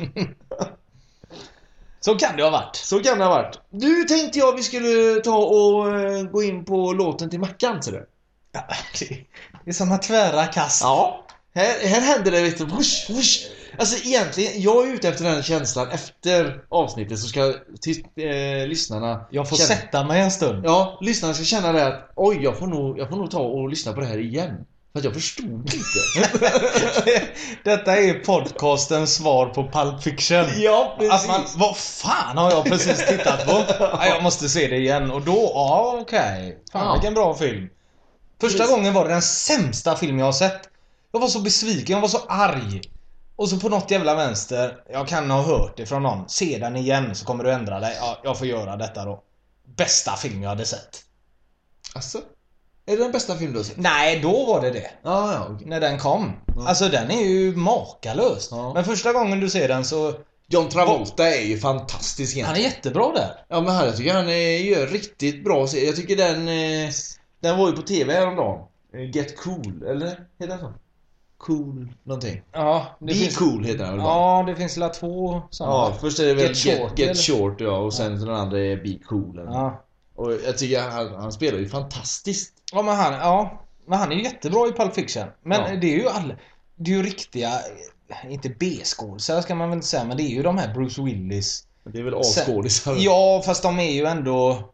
Så kan det ha varit. Så kan det ha varit. Du, tänkte jag vi skulle ta och eh, gå in på låten till Mackan, ser du? Ja, det, det är såna tvära kast. Ja. Här, här händer det lite whoosh, whoosh. Alltså egentligen, jag är ute efter den känslan. Efter avsnittet så ska till, eh, lyssnarna Jag får känna, sätta mig en stund. Ja, lyssnarna ska känna det att oj, jag får nog, jag får nog ta och lyssna på det här igen. För att jag förstod inte. Detta är podcastens svar på Pulp Fiction. Ja, precis. Att man, vad fan har jag precis tittat på? Ja, jag måste se det igen. Och då, ja okej. Fan Ja. vilken bra film. Första Precis. gången var det den sämsta film jag har sett. Jag var så besviken, jag var så arg. Och så på något jävla vänster, jag kan ha hört det från någon. Se den igen så kommer du ändra dig. Ja, jag får göra detta då. Bästa film jag hade sett. Alltså, är det den bästa film du har sett? Nej, då var det det. Ja, ja, okej. När den kom. Alltså den är ju makalös. Ja. Men första gången du ser den så... John Travolta är ju fantastisk Han egentligen. är jättebra där. Ja, men här, jag tycker han eh, gör riktigt bra serie. Jag tycker den eh, den var ju på tv häromdagen. Eh, Get Cool, eller heter den så? Cool någonting. Ja, det Be finns... Cool heter den väl bara? Ja, det finns la två sådana. Ja, först är det väl Get Get, Short, Get eller? Short, ja. Och sen den andra är Be Cool. eller- Ja. Och jag tycker han, han spelar ju fantastiskt. Ja, men han, ja, men han är ju jättebra i Pulp Fiction. Men Ja. det är ju alla... Det är ju riktiga... Inte B-skådisar ska man väl inte säga, men det är ju de här Bruce Willis. Det är väl A-skådisar. Ja, fast de är ju ändå...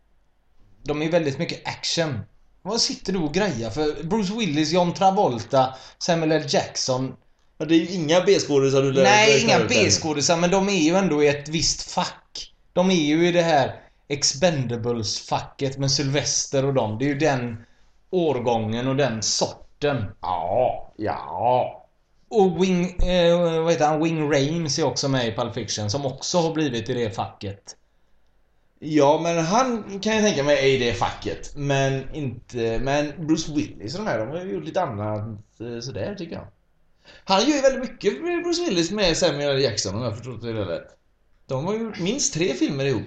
De är väldigt mycket action. Vad sitter du och grejer för? Bruce Willis, John Travolta, Samuel L. Jackson. Ja, det är ju inga B-skådisar du lär Nej, räknar inga ut där. B-skådisar, men de är ju ändå i ett visst fack. De är ju i det här Expendables-facket med Sylvester och dem. Det är ju den årgången och den sorten. Ja, ja. Och Wing, eh, vad heter han? Wing Rames är också med i Pulp Fiction, som också har blivit i det facket. Ja, men han kan jag tänka mig är i det facket. Men inte... Men Bruce Willis och de här, de har ju gjort lite annat eh, sådär tycker jag. Han gör ju väldigt mycket med Bruce Willis med Samuel L. Jackson, om jag förstått det rätt. De har gjort minst tre filmer ihop.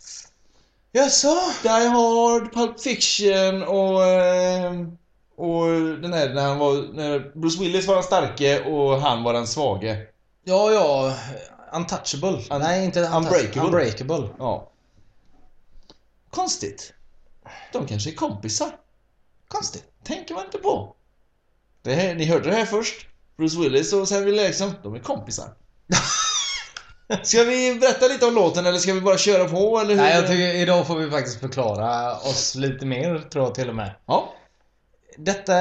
Jaså? Die Hard, Pulp Fiction och... Eh, och den här när han var... När Bruce Willis var den starke och han var den svage. Ja, ja. Untouchable. Un- Nej, inte untouch- Unbreakable. Unbreakable. Ja. Konstigt. De kanske är kompisar. Konstigt. Tänker man inte på. Det här, ni hörde det här först. Bruce Willis och Samuel L. Jackson, de är kompisar. Ska vi berätta lite om låten eller ska vi bara köra på? Eller hur? Nej, jag tycker idag får vi faktiskt förklara oss lite mer, tror jag till och med. Ja. Detta...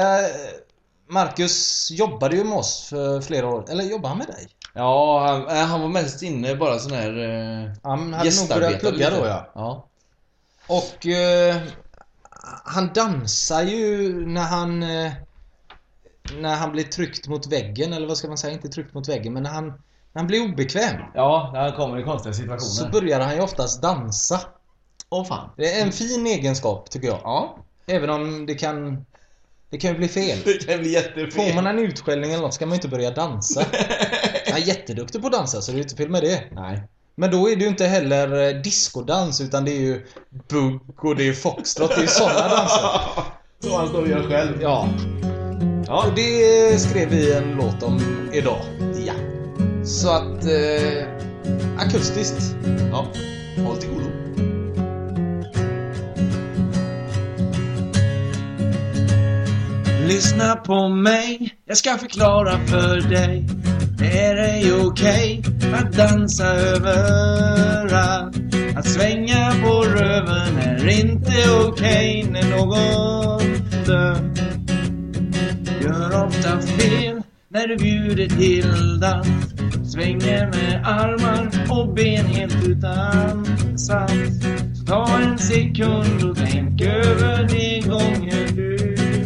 Marcus jobbade ju med oss för flera år. Eller jobbar han med dig? Ja, han, äh, han var mest inne bara sån här eh, Han hade nog börjat gästarbetare plugga lite. då, ja. Ja. Och eh, han dansar ju när han eh, när han blir tryckt mot väggen, eller vad ska man säga, inte tryckt mot väggen, men när han, när han blir obekväm Ja, när han kommer i konstiga situationer. så börjar han ju oftast dansa. Åh fan. Det är en fin egenskap tycker jag. Ja. Även om det kan det kan ju bli fel. Det kan bli jättefel. Får man en utskällning eller något ska man ju inte börja dansa. Han är jätteduktig på att dansa, så det är ju inte fel med det. Nej. Men då är det ju inte heller eh, diskodans, utan det är ju bugg och det är foxtrot, det är sådana danser. Så han står och gör själv. Ja. Ja, och det skrev vi en låt om idag. Ja. Så att eh, akustiskt. Ja. Håll till godo. Lyssna på mig, jag ska förklara för dig. Det är ju okej att dansa överallt. Att svänga på röven är inte okej när någon dör. Gör ofta fel när du bjuder till dans. Svänger med armar och ben helt utan sans. Så ta en sekund och tänk över de gånger du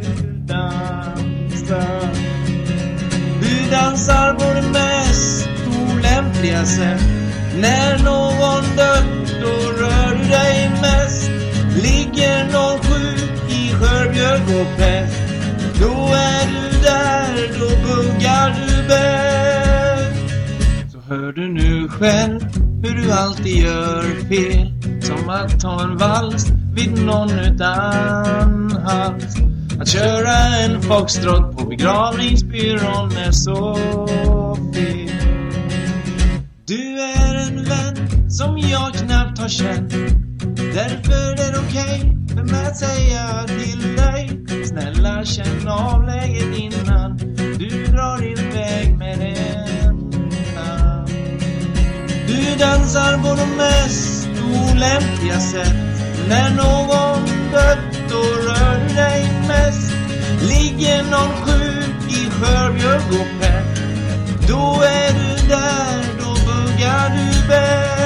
dansar. Du dansar på det mest olämpliga sätt. När någon dött, då rör du dig mest. Ligger någon sjuk i skörbjörk och pest, då är du där, då buggar du bäst. Så hör du nu själv hur du alltid gör fel. Som att ta en vals vid någon utan hals. Att köra en foxtrot på begravningsbyrån är så fel. Du är en vän som jag knappt har känt. Därför är det okej för mig att säga till dig: snälla känn av läget innan du drar din väg med en man. Du dansar på de mest olämpliga sätt. När någon dött, då rör du dig mest. Ligger någon sjuk i skörbjörk och pest, då är du där, då buggar du bäst.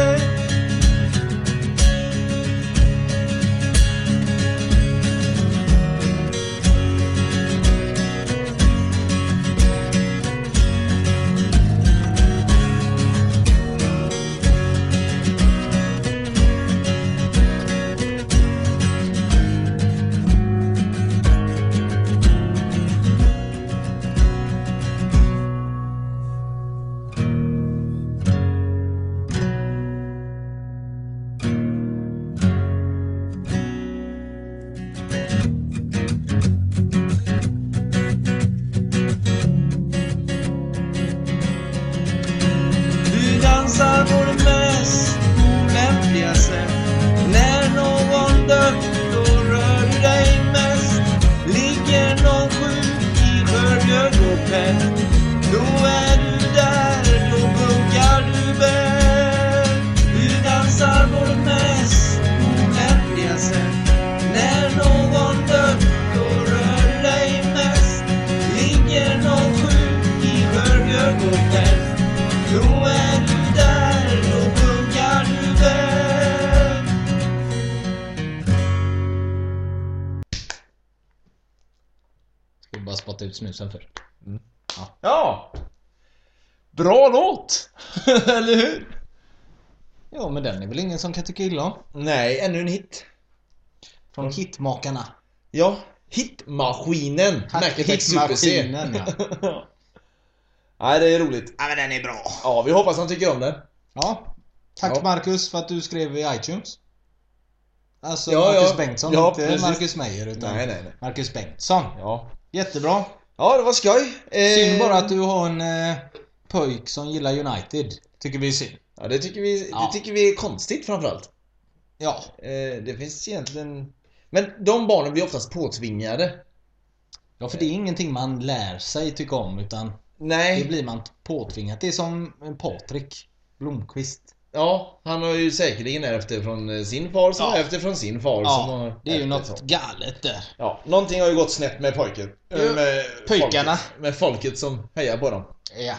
Dansar på det mest olämpliga sätt. När någon dött, då rör du dig mest. Ligger någon sjuk i skörbjörk och pest, då är du där, då buggar du bäst. Du dansar på det mest olämpliga sätt. När någon dött, då rör du dig mest. Ligger någon sjuk i skörbjörk och pest, då är du där, då buggar du väl. Ska vi bara spotta ut snusen för? Mm. Ja. Ja. Bra låt. Eller hur? Ja, men den är väl ingen som kan tycka illa om. Nej, ännu en hit. Från mm. hitmakarna. Ja, hitmaskinen. Märket Super-C. Ja. Nej, det är roligt. Ja, men den är bra. Ja, vi hoppas han tycker om den. Ja. Tack ja. Marcus för att du skrev i iTunes. Alltså ja, Marcus ja. Bengtsson, ja, inte precis. Marcus Meyer utan nej, nej, nej. Marcus Bengtsson. Ja. Jättebra. Ja, det var skoj. Eh... Synd bara att du har en eh, pojk som gillar United. Tycker vi är synd. Ja, det tycker vi, ja. det tycker vi är konstigt framförallt. Ja. Eh, det finns egentligen... Men de barnen blir oftast påtvingade. Ja, för det är ingenting man lär sig tycka om, utan nej. Det blir man påtvingat. Det är som Patrik Blomqvist. Ja, han har ju säkerligen efter från sin far som ja. efter från sin far. Ja, som har det är ju något så. Galet där. Ja, någonting har ju gått snett med pojken. Ja. Med Pojkarna. Folket, med folket som hejar på dem. Ja.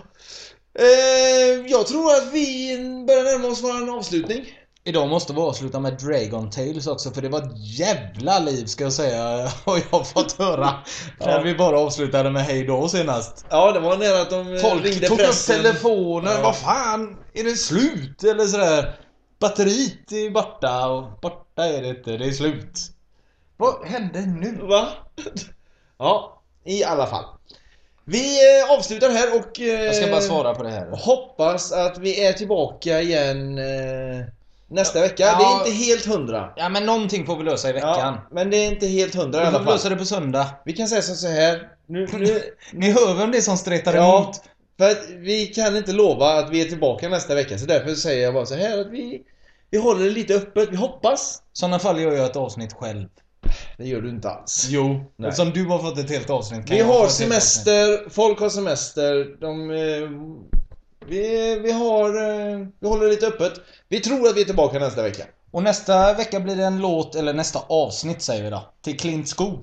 Eh, jag tror att vi börjar närma oss vår avslutning. Idag måste vi avsluta med Dragon Tales också, för det var ett jävla liv ska jag säga. Och jag har fått höra ja. när vi bara avslutade med hej då senast. Ja, det var nära att de folk ringde tog pressen. upp telefonen. Ja. Vad fan, är det slut? Eller sådär. Batteriet är borta och borta är det inte, det är slut. Vad hände nu? Va? Ja, i alla fall. Vi eh, avslutar här och... Eh, jag ska bara svara på det här. Hoppas att vi är tillbaka igen... Eh, Nästa vecka, ja, det är inte helt hundra. Ja, men någonting får vi lösa i veckan. Ja, men det är inte helt hundra i alla fall. Vi får lösa det på söndag. Vi kan säga så här. Nu, nu... Ni hör vem det är som stretar ja, emot. För att vi kan inte lova att vi är tillbaka nästa vecka. Så därför säger jag bara så här att vi, vi håller det lite öppet. Vi hoppas. I sådana fall gör jag ett avsnitt själv. Det gör du inte alls. Jo, som du har fått ett helt avsnitt. Vi har semester, folk har semester. De... Eh, Vi, vi har... Vi håller lite öppet. Vi tror att vi är tillbaka nästa vecka. Och nästa vecka blir det en låt, eller nästa avsnitt säger vi då, till Clint Skog.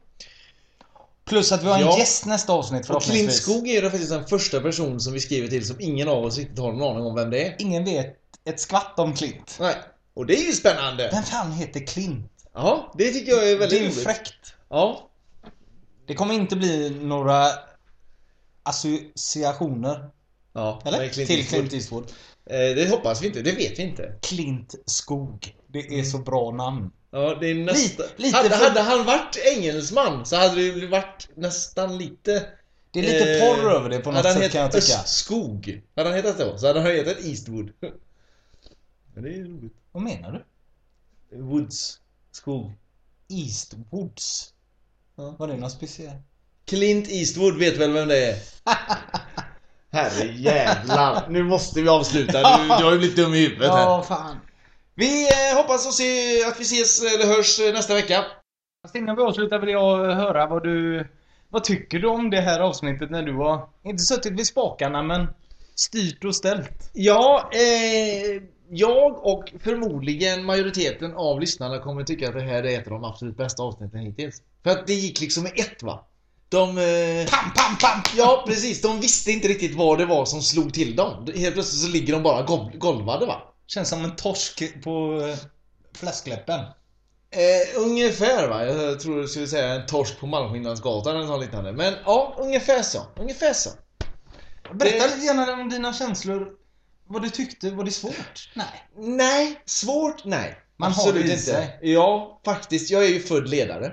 Plus att vi har en Ja. gäst nästa avsnitt Och förhoppningsvis. Clint Skog är ju faktiskt den första person som vi skriver till som ingen av oss riktigt har någon aning om vem det är. Ingen vet ett skvatt om Clint. Nej. Och det är ju spännande. Vem fan heter Clint? Ja, det tycker jag är väldigt Det är ju roligt. fräckt. Ja. Det kommer inte bli några associationer, Ja, eller? med Clint Till Eastwood. Clint Eastwood. Eh, det hoppas vi inte, det vet vi inte. Clint Skog. Det är så bra namn. Ja, det är nästan... Lite- lite hade, för- hade han varit engelsman så hade det ju varit nästan lite... Det är lite eh, porr över det på något hade han sätt kan jag hetat tycka. Östskog. Hade han hetat så, så hade han hetat Eastwood. Men det är ju roligt. Vad menar du? Woods. Skog. Eastwoods. Ja. Var det något speciellt? Clint Eastwood vet väl vem det är? Herre jävlar. Nu måste vi avsluta. Du, du har ju blivit dum i huvudet här. Ja, fan. Vi eh, hoppas att, se, att vi ses eller hörs eh, nästa vecka. Fast innan vi avslutar vill jag höra vad du... Vad tycker du om det här avsnittet när du har... Inte suttit vid spakarna, men styrt och ställt? Ja, eh, jag och förmodligen majoriteten av lyssnarna kommer tycka att det här är ett av de absolut bästa avsnitten hittills. För att det gick liksom i ett, va? De... Eh, Pam, pam, pam! ja, precis. De visste inte riktigt vad det var som slog till dem. Helt plötsligt så ligger de bara gol- golvade, va? Känns som en torsk på eh, fläskläppen. Eh, ungefär, va? Jag tror du skulle säga en torsk på Malmskillnadsgatan eller något liknande. Men ja, ungefär så. Ungefär så. Berätta Det- lite gärna om dina känslor. Vad du tyckte, var det svårt? Nej. Nej, svårt, nej. Man har Absolut det i inte. sig. Ja, faktiskt. Jag är ju född ledare.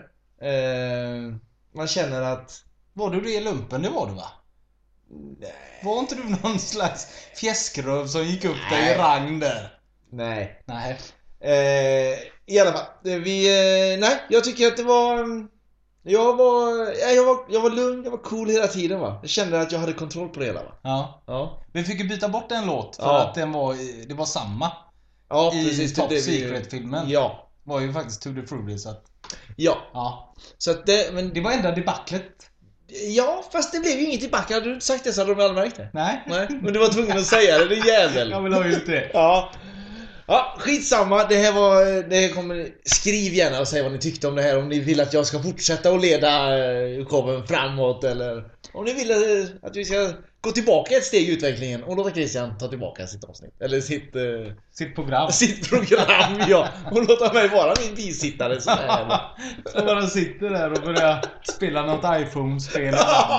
Eh, man känner att... Var du det i lumpen? Det var du, va? Nej. Var inte du någon slags fjäskröv som gick upp dig Nej. i rang där? Nej. Nej. Eh, I alla fall. eh, Vi... Eh, nej, jag tycker att det var... mm, Jag var, ja, jag var... Jag var lugn, jag var cool hela tiden, va? Jag kände att jag hade kontroll på det hela, va? Ja. Ja. Vi fick ju byta bort en låt för Ja. att den var, i- det var samma. Ja, I precis. Top det blev ju- Secret-filmen. Ja. Var ju faktiskt To The Fruity, så att... Ja. Ja. Så att det... Men, Det var enda debaclet. ja, fast det blev ju inget i backen. Hade du inte sagt det så hade de aldrig märkt det. Nej. Nej, men du var tvungen att säga det, det är jävel. Jag vill ha ut det. Ja. Ja, skitsamma. Det här var... Det här kommer... Skriv gärna och säg vad ni tyckte om det här. Om ni vill att jag ska fortsätta att leda eh, showen framåt. Eller om ni vill eh, att vi ska gå tillbaka ett steg i utvecklingen. Och låta Christian ta tillbaka sitt avsnitt. Eller sitt... Eh, Sitt program. sitt program, ja. Och låta mig vara min bisittare. Så här. Så bara sitter där och börjar spela något iPhone-spel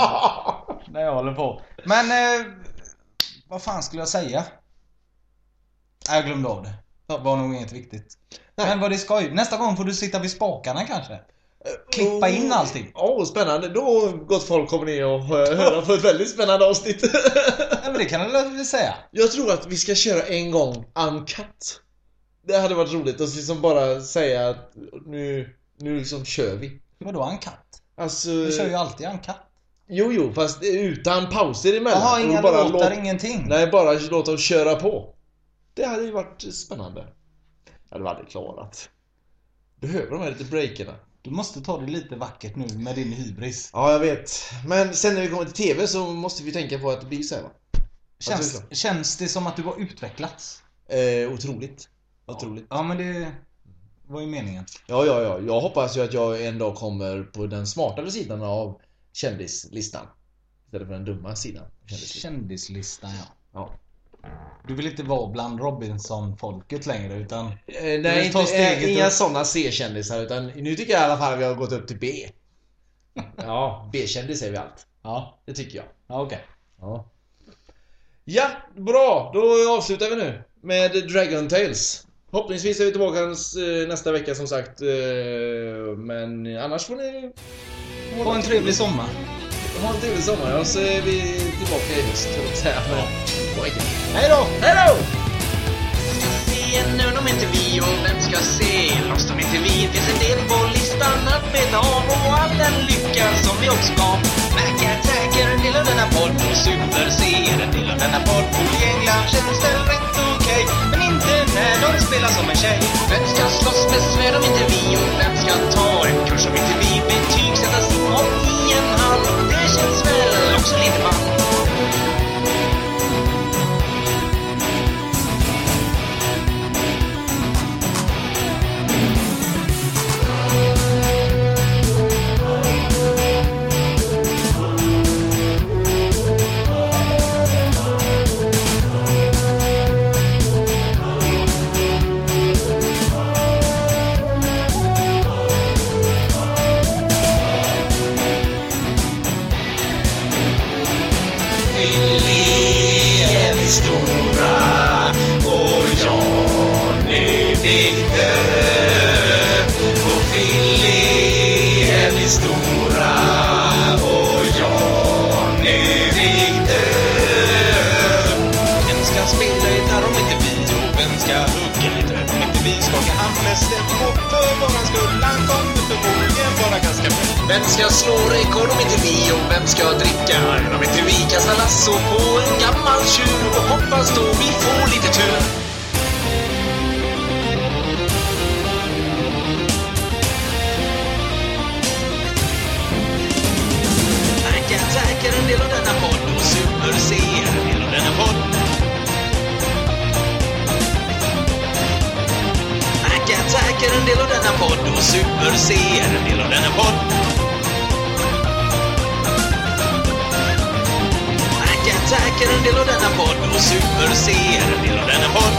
när jag håller på. Men eh, vad fan skulle jag säga? Nej, jag glömde av det. Det var nog inget viktigt. Nej. Men vad det ska ju. Nästa gång får du sitta vid spakarna kanske. Klippa in allting. Åh, oh, spännande. Då gott folk kommer ni att hö- höra på ett väldigt spännande avsnitt. Nej, men det kan jag väl säga. Jag tror att vi ska köra en gång uncut. Det hade varit roligt att liksom bara säga att nu, nu liksom kör vi. Vadå uncut? Alltså... Vi kör ju alltid uncut. Jo, jo, fast utan pauser emellan. Jaha, Och inga bara låtar, låt- ingenting. Nej, bara låta oss köra på. Det hade ju varit spännande. Jag hade aldrig klarat. Behöver de här lite breakerna. Du måste ta det lite vackert nu med din hybris. Ja, jag vet. Men sen när vi kommer till tv så måste vi tänka på att det blir så här, va? Känns, Absolut. känns det som att du har utvecklats? Eh, otroligt. Otroligt. Ja, men det var ju meningen. Ja, ja, ja. Jag hoppas ju att jag en dag kommer på den smartare sidan av kändislistan. Istället för den dumma sidan. av Kändislistan. Kändislistan, ja. Ja. Du vill inte vara bland Robinson-folket längre, utan... Eh, vill nej, ta inte, steget eh, inga upp. sådana C-kändisar. Utan nu tycker jag i alla fall att vi har gått upp till B. Ja, B-kändis är vi allt. Ja, Det tycker jag. ja okej. Ja. Ja, bra. Då avslutar vi nu med Dragon Tales. Hoppningsvis är vi tillbaka eh, nästa vecka som sagt. eh, Men annars får ni Ha en trevlig sommar. ha en trevlig sommar. Och så är vi tillbaka i höst. höll jag på att säga. Men, hej då! Hej då! Se nu de inte vi och vem ska se Lost om inte vi finns en del på listan att beta av och all den lycka som vi också gav Mac Attacker, en del av denna podd på Super C en del av denna podd på England känns väl rätt okej men inte när de spelar som en tjej Vem ska slåss med svärd om inte vi och vem ska ta en kurs om inte vi betygsättas av i en hand det känns väl också lite man Nora och Johnny Vigdöd. Vem ska spela gitarr om inte vi? Och vem ska hugga lite om inte vi? Skaka hand med stämmo för våran skull. Han kommer förmodligen bara ganska bra. Vem ska slå rekord om inte vi? Och vem ska dricka om inte vi? Kasta lasso på en gammal tjur och hoppas då vi får lite tur. Tackar en del av denna podd och Super ser en del av denna podd. Tackar tackar en del av denna podd och Super ser en del av denna podd. Tackar tackar en del av denna podd och Super ser en del av denna podd.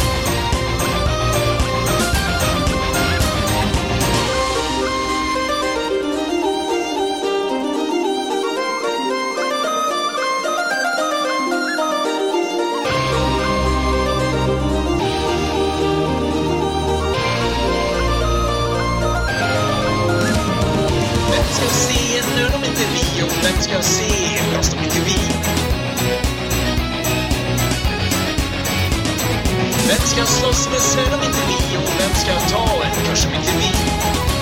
Vem ska se oss om inte vi? Vem ska slåss med Sven om inte vi? Och vem ska ta en kurs om inte vi?